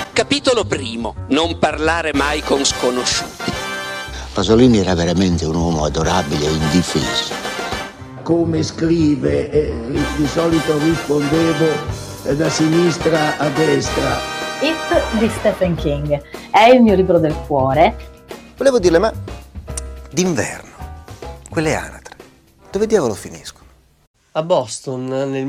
Capitolo primo. Non parlare mai con sconosciuti. Pasolini era veramente un uomo adorabile e indifeso. Come scrive, di solito rispondevo da sinistra a destra. It di Stephen King è il mio libro del cuore. Volevo dirle, ma d'inverno, quelle anatre, dove diavolo finiscono? A Boston, nel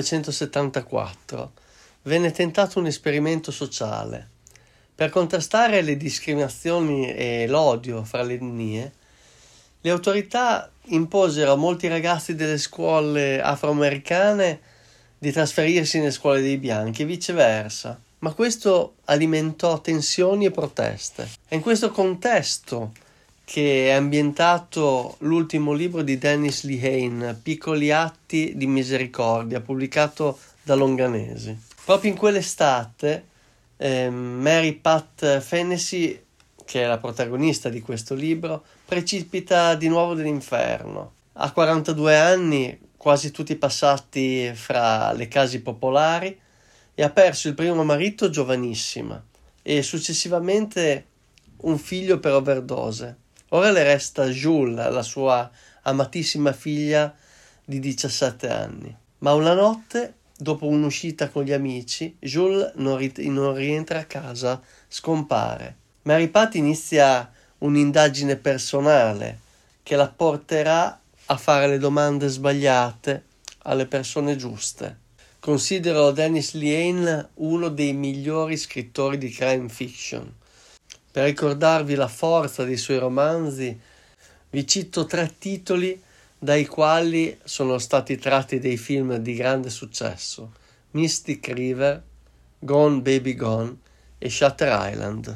1974, venne tentato un esperimento sociale. Per contrastare le discriminazioni e l'odio fra le etnie, le autorità imposero a molti ragazzi delle scuole afroamericane di trasferirsi nelle scuole dei bianchi e viceversa, ma questo alimentò tensioni e proteste. È in questo contesto che è ambientato l'ultimo libro di Dennis Lehane, Piccoli atti di misericordia, pubblicato da Longanesi. Proprio in quell'estate Mary Pat Fennessy, che è la protagonista di questo libro, precipita di nuovo nell'inferno. Ha 42 anni, quasi tutti passati fra le case popolari, e ha perso il primo marito giovanissima e successivamente un figlio per overdose. Ora le resta Jules, la sua amatissima figlia di 17 anni. Ma una notte, dopo un'uscita con gli amici, Jules non rientra a casa, scompare. Mary Pat inizia un'indagine personale che la porterà a fare le domande sbagliate alle persone giuste. Considero Dennis Lehane uno dei migliori scrittori di crime fiction. Per ricordarvi la forza dei suoi romanzi, vi cito 3 titoli dai quali sono stati tratti dei film di grande successo: Mystic River, Gone Baby Gone e Shutter Island.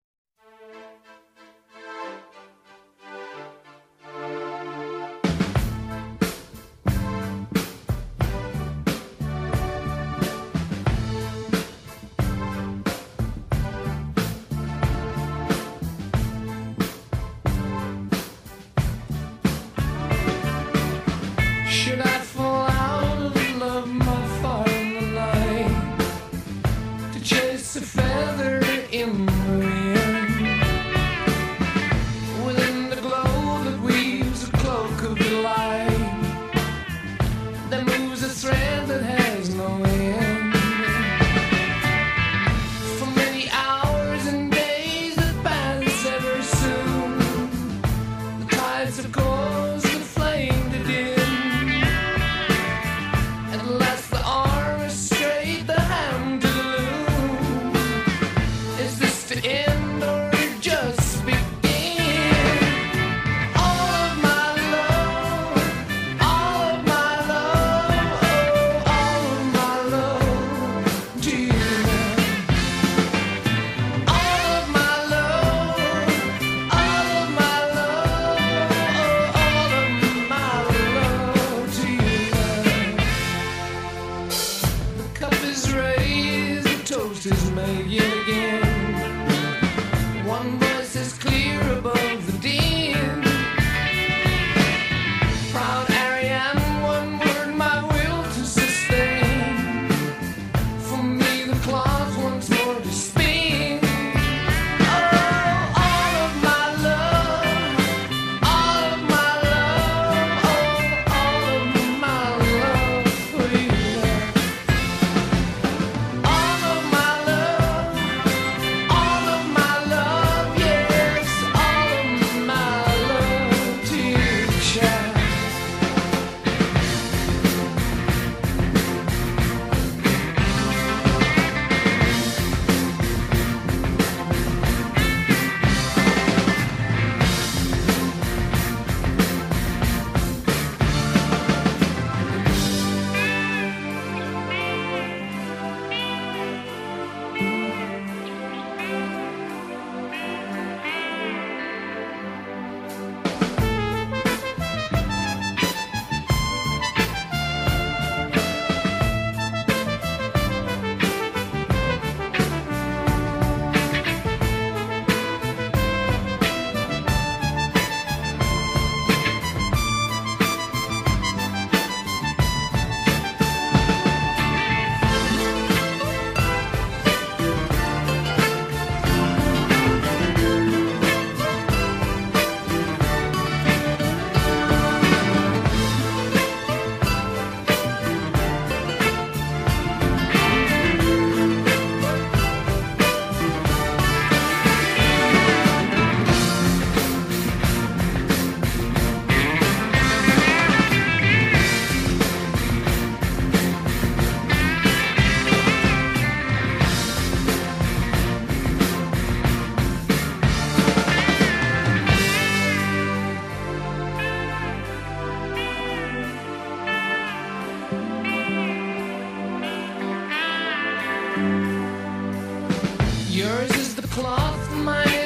Should I fall out of love my fire in the night to chase a feather in the wind within the glow that weaves a cloak of delight that moves a thread that has no end for many hours and days that pass ever soon the tides of cause the flame to dim. Is made yet again. One voice is clear above the din. Proud Ariane, one word my will to sustain. For me the clock once more to spin. Oh, all of my love, all of my love, oh, all of my love for you. All of my love. Yours is the cloth, mine